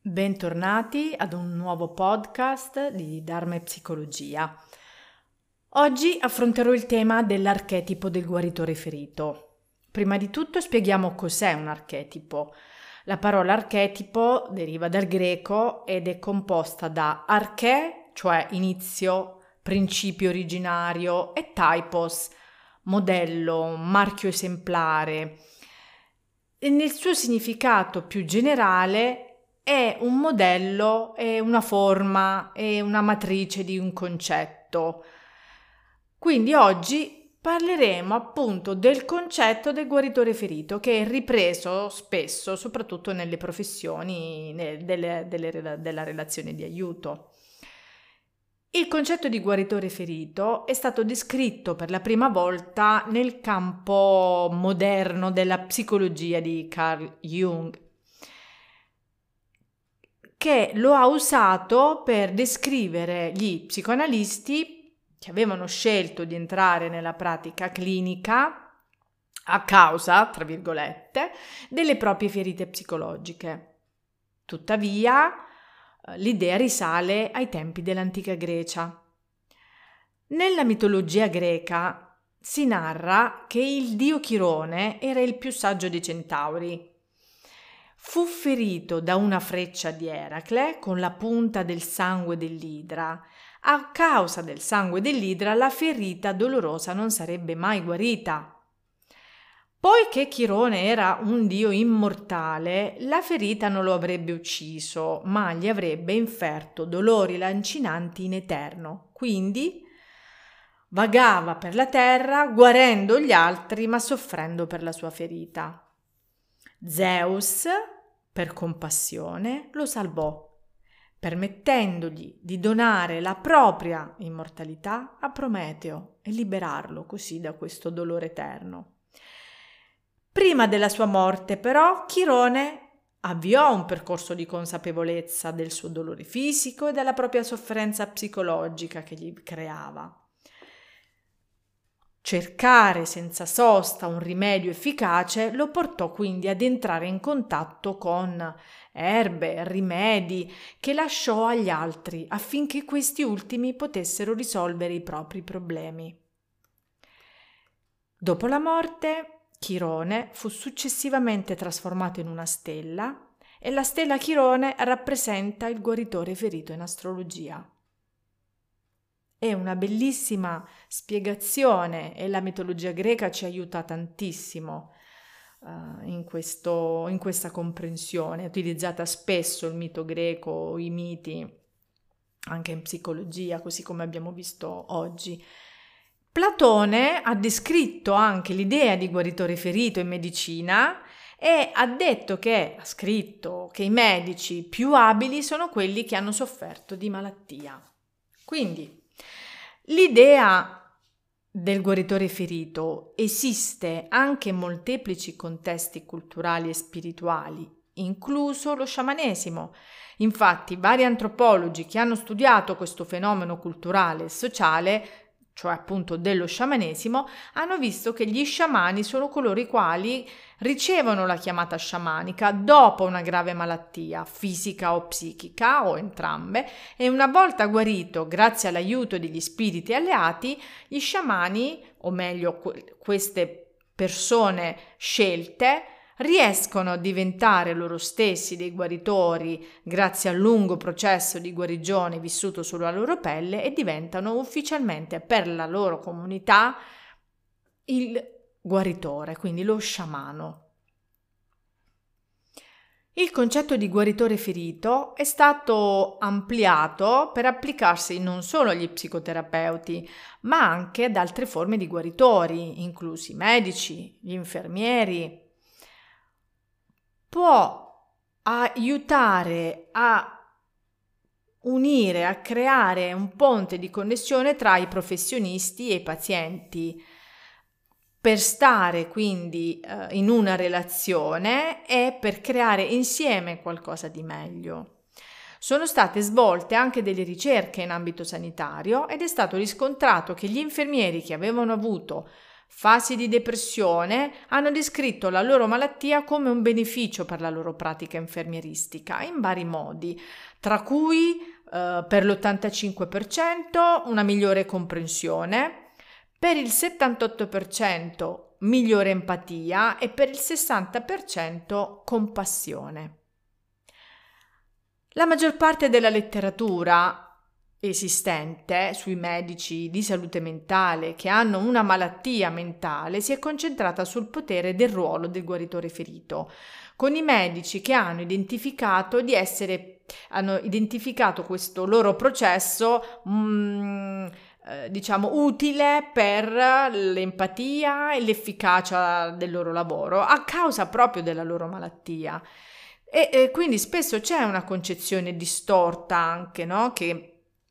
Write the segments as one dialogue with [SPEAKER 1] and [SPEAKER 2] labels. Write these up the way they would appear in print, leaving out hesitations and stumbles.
[SPEAKER 1] Bentornati ad un nuovo podcast di Dharma e Psicologia. Oggi affronterò il tema dell'archetipo del guaritore ferito. Prima di tutto spieghiamo cos'è un archetipo. La parola archetipo deriva dal greco ed è composta da arche, cioè inizio, principio originario, e typos, modello, marchio esemplare. E nel suo significato più generale è un modello, è una forma, è una matrice di un concetto. Quindi oggi parleremo appunto del concetto del guaritore ferito, che è ripreso spesso, soprattutto nelle professioni della relazione di aiuto. Il concetto di guaritore ferito è stato descritto per la prima volta nel campo moderno della psicologia di Carl Jung, che lo ha usato per descrivere gli psicoanalisti che avevano scelto di entrare nella pratica clinica a causa, tra virgolette, delle proprie ferite psicologiche. Tuttavia, l'idea risale ai tempi dell'antica Grecia. Nella mitologia greca si narra che il dio Chirone era il più saggio dei centauri. Fu ferito da una freccia di Eracle con la punta del sangue dell'idra. A causa del sangue dell'idra la ferita dolorosa non sarebbe mai guarita. Poiché Chirone era un dio immortale, la ferita non lo avrebbe ucciso, ma gli avrebbe inferto dolori lancinanti in eterno. Quindi vagava per la terra, guarendo gli altri, ma soffrendo per la sua ferita. Zeus, per compassione, lo salvò, permettendogli di donare la propria immortalità a Prometeo e liberarlo così da questo dolore eterno. Prima della sua morte, però, Chirone avviò un percorso di consapevolezza del suo dolore fisico e della propria sofferenza psicologica che gli creava. Cercare senza sosta un rimedio efficace lo portò quindi ad entrare in contatto con erbe, rimedi che lasciò agli altri affinché questi ultimi potessero risolvere i propri problemi. Dopo la morte, Chirone fu successivamente trasformato in una stella e la stella Chirone rappresenta il guaritore ferito in astrologia. È una bellissima spiegazione e la mitologia greca ci aiuta tantissimo in questa comprensione. È utilizzata spesso il mito greco, i miti, anche in psicologia, così come abbiamo visto oggi. Platone ha descritto anche l'idea di guaritore ferito in medicina e ha scritto che i medici più abili sono quelli che hanno sofferto di malattia. Quindi, l'idea del guaritore ferito esiste anche in molteplici contesti culturali e spirituali, incluso lo sciamanesimo. Infatti, vari antropologi che hanno studiato questo fenomeno culturale e sociale, cioè appunto dello sciamanesimo, hanno visto che gli sciamani sono coloro i quali ricevono la chiamata sciamanica dopo una grave malattia fisica o psichica o entrambe, e una volta guarito grazie all'aiuto degli spiriti alleati, gli sciamani, o meglio queste persone scelte, riescono a diventare loro stessi dei guaritori grazie al lungo processo di guarigione vissuto sulla loro pelle e diventano ufficialmente per la loro comunità il guaritore, quindi lo sciamano. Il concetto di guaritore ferito è stato ampliato per applicarsi non solo agli psicoterapeuti, ma anche ad altre forme di guaritori, inclusi i medici, gli infermieri. Può aiutare a unire, a creare un ponte di connessione tra i professionisti e i pazienti, per stare quindi in una relazione e per creare insieme qualcosa di meglio. Sono state svolte anche delle ricerche in ambito sanitario ed è stato riscontrato che gli infermieri che avevano avuto fasi di depressione, hanno descritto la loro malattia come un beneficio per la loro pratica infermieristica in vari modi, tra cui per l'85% una migliore comprensione, per il 78% migliore empatia e per il 60% compassione. La maggior parte della letteratura esistente sui medici di salute mentale che hanno una malattia mentale si è concentrata sul potere del ruolo del guaritore ferito, con i medici che hanno identificato questo loro processo utile per l'empatia e l'efficacia del loro lavoro a causa proprio della loro malattia. E quindi spesso c'è una concezione distorta anche, no? Che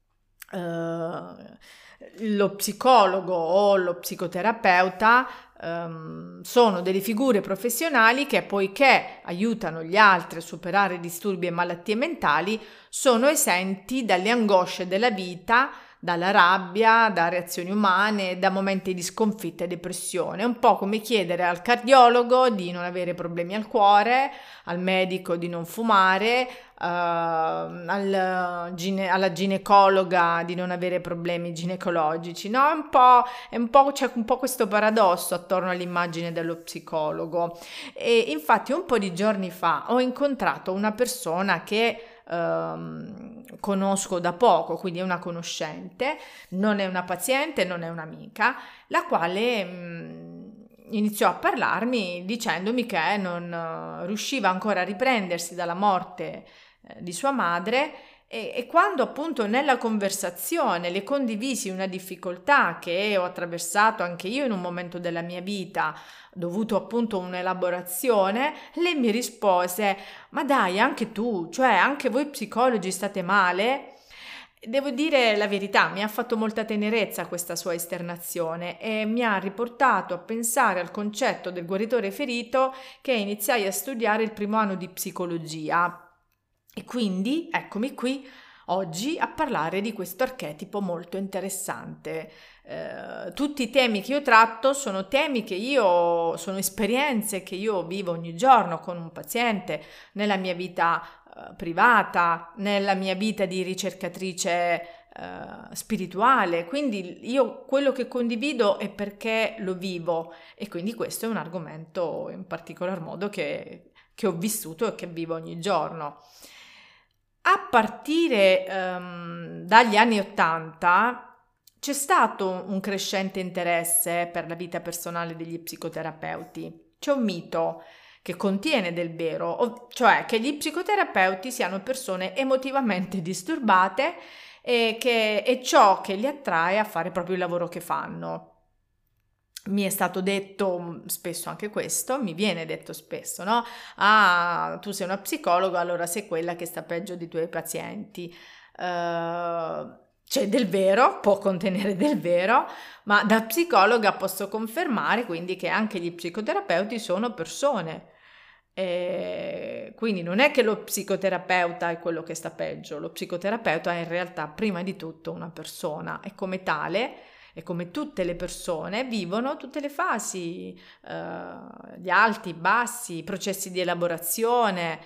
[SPEAKER 1] lo psicologo o lo psicoterapeuta sono delle figure professionali che, poiché aiutano gli altri a superare disturbi e malattie mentali, sono esenti dalle angosce della vita, dalla rabbia, da reazioni umane, da momenti di sconfitta e depressione. È un po' come chiedere al cardiologo di non avere problemi al cuore, al medico di non fumare, alla ginecologa di non avere problemi ginecologici, no? C'è un po' questo paradosso attorno all'immagine dello psicologo. E infatti un po' di giorni fa ho incontrato una persona che conosco da poco, quindi è una conoscente, non è una paziente, non è un'amica, la quale iniziò a parlarmi dicendomi che non riusciva ancora a riprendersi dalla morte di sua madre e quando appunto nella conversazione le condivisi una difficoltà che ho attraversato anche io in un momento della mia vita, dovuto appunto a un'elaborazione, lei mi rispose: ma dai, anche tu, cioè anche voi psicologi state male? Devo dire la verità, mi ha fatto molta tenerezza questa sua esternazione e mi ha riportato a pensare al concetto del guaritore ferito che iniziai a studiare il primo anno di psicologia. E quindi eccomi qui oggi a parlare di questo archetipo molto interessante. Tutti i temi che io tratto sono sono esperienze che io vivo ogni giorno con un paziente, nella mia vita privata, nella mia vita di ricercatrice spirituale. Quindi io quello che condivido è perché lo vivo e quindi questo è un argomento in particolar modo che ho vissuto e che vivo ogni giorno. A partire dagli anni *80 c'è stato un crescente interesse per la vita personale degli psicoterapeuti. C'è un mito che contiene del vero, cioè che gli psicoterapeuti siano persone emotivamente disturbate e che è ciò che li attrae a fare proprio il lavoro che fanno. Mi è stato detto spesso anche questo, mi viene detto spesso, no? Ah, tu sei una psicologa, allora sei quella che sta peggio dei tuoi pazienti. C'è del vero, può contenere del vero, ma da psicologa posso confermare quindi che anche gli psicoterapeuti sono persone. Quindi non è che lo psicoterapeuta è quello che sta peggio, lo psicoterapeuta è in realtà prima di tutto una persona e come tale e come tutte le persone vivono tutte le fasi, gli alti, i bassi, i processi di elaborazione,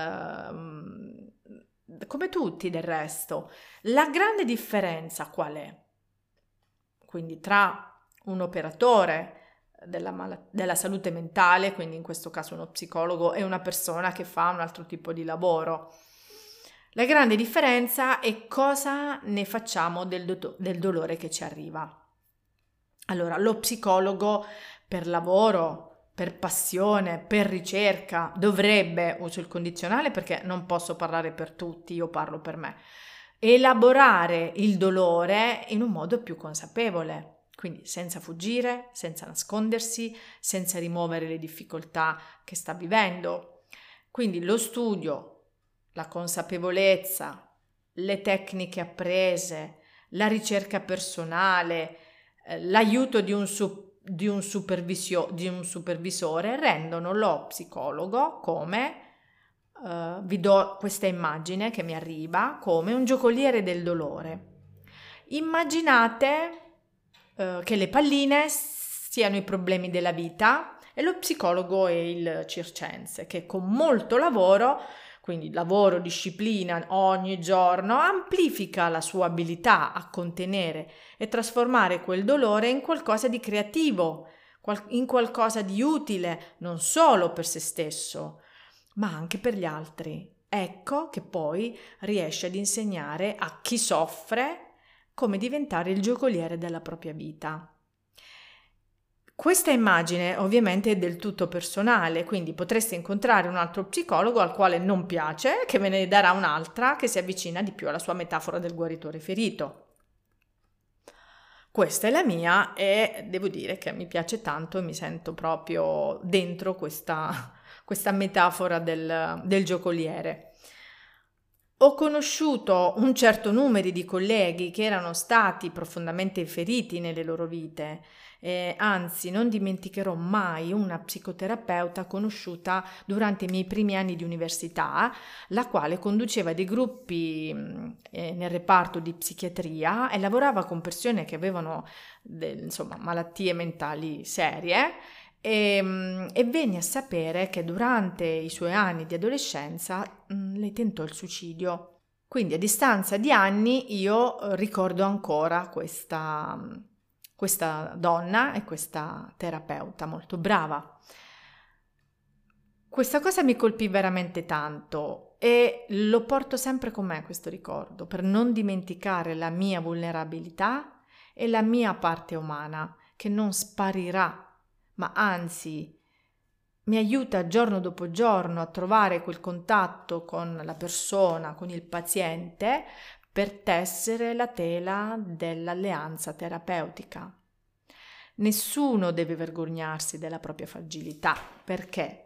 [SPEAKER 1] come tutti del resto. La grande differenza qual è? Quindi tra un operatore della salute mentale, quindi in questo caso uno psicologo, e una persona che fa un altro tipo di lavoro. La grande differenza è cosa ne facciamo del dolore che ci arriva. Allora, lo psicologo per lavoro, per passione, per ricerca, dovrebbe, uso il condizionale perché non posso parlare per tutti, io parlo per me, elaborare il dolore in un modo più consapevole, quindi senza fuggire, senza nascondersi, senza rimuovere le difficoltà che sta vivendo. Quindi lo studio, la consapevolezza, le tecniche apprese, la ricerca personale, l'aiuto di un supervisore rendono lo psicologo come, vi do questa immagine che mi arriva, come un giocoliere del dolore. Immaginate che le palline siano i problemi della vita, e lo psicologo è il circense, che con molto lavoro, quindi lavoro, disciplina ogni giorno, amplifica la sua abilità a contenere e trasformare quel dolore in qualcosa di creativo, in qualcosa di utile, non solo per se stesso, ma anche per gli altri. Ecco che poi riesce ad insegnare a chi soffre come diventare il giocoliere della propria vita. Questa immagine ovviamente è del tutto personale, quindi potreste incontrare un altro psicologo al quale non piace, che ve ne darà un'altra che si avvicina di più alla sua metafora del guaritore ferito. Questa è la mia e devo dire che mi piace tanto e mi sento proprio dentro questa metafora del giocoliere. Ho conosciuto un certo numero di colleghi che erano stati profondamente feriti nelle loro vite, anzi non dimenticherò mai una psicoterapeuta conosciuta durante i miei primi anni di università, la quale conduceva dei gruppi nel reparto di psichiatria e lavorava con persone che avevano malattie mentali serie. E venni a sapere che durante i suoi anni di adolescenza lei tentò il suicidio. Quindi a distanza di anni io ricordo ancora questa donna e questa terapeuta molto brava. Questa cosa mi colpì veramente tanto e lo porto sempre con me questo ricordo, per non dimenticare la mia vulnerabilità e la mia parte umana, che non sparirà, ma anzi mi aiuta giorno dopo giorno a trovare quel contatto con la persona, con il paziente, per tessere la tela dell'alleanza terapeutica. Nessuno deve vergognarsi della propria fragilità, perché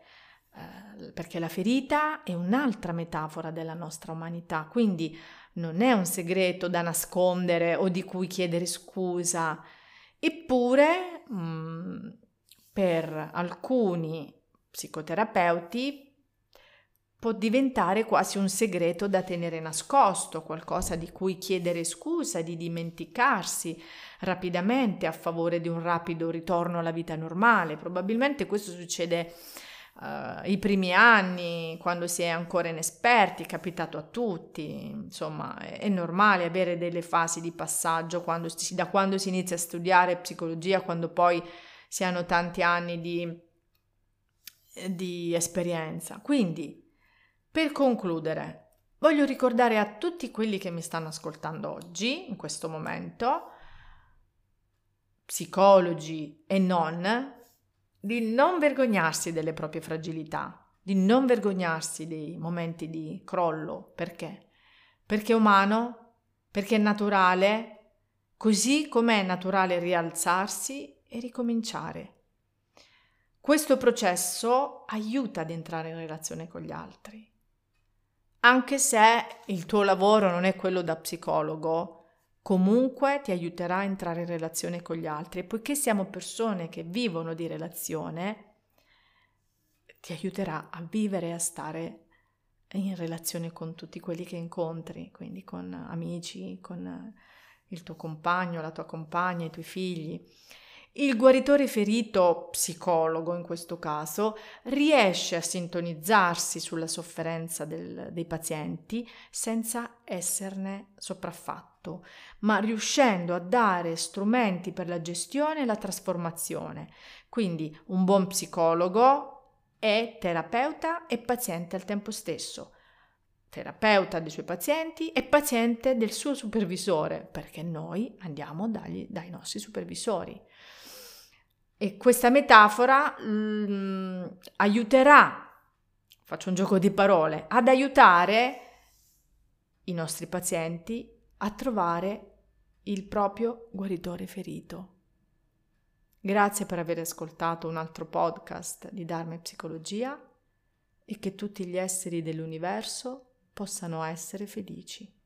[SPEAKER 1] la ferita è un'altra metafora della nostra umanità, quindi non è un segreto da nascondere o di cui chiedere scusa. Eppure, per alcuni psicoterapeuti può diventare quasi un segreto da tenere nascosto, qualcosa di cui chiedere scusa, di dimenticarsi rapidamente a favore di un rapido ritorno alla vita normale. Probabilmente questo succede i primi anni, quando si è ancora inesperti, è capitato a tutti. Insomma, è normale avere delle fasi di passaggio da quando si inizia a studiare psicologia, quando poi si hanno tanti anni di esperienza. Quindi, per concludere, voglio ricordare a tutti quelli che mi stanno ascoltando oggi, in questo momento, psicologi e non, di non vergognarsi delle proprie fragilità, di non vergognarsi dei momenti di crollo. Perché? Perché è umano, perché è naturale, così come è naturale rialzarsi e ricominciare. Questo processo aiuta ad entrare in relazione con gli altri. Anche se il tuo lavoro non è quello da psicologo, comunque ti aiuterà a entrare in relazione con gli altri, e poiché siamo persone che vivono di relazione, ti aiuterà a vivere e a stare in relazione con tutti quelli che incontri, quindi con amici, con il tuo compagno, la tua compagna, i tuoi figli. Il guaritore ferito, psicologo in questo caso, riesce a sintonizzarsi sulla sofferenza dei pazienti senza esserne sopraffatto, ma riuscendo a dare strumenti per la gestione e la trasformazione. Quindi un buon psicologo è terapeuta e paziente al tempo stesso. Terapeuta dei suoi pazienti e paziente del suo supervisore, perché noi andiamo dai nostri supervisori. E questa metafora aiuterà, faccio un gioco di parole, ad aiutare i nostri pazienti a trovare il proprio guaritore ferito. Grazie per aver ascoltato un altro podcast di Dharma e Psicologia, e che tutti gli esseri dell'universo possano essere felici.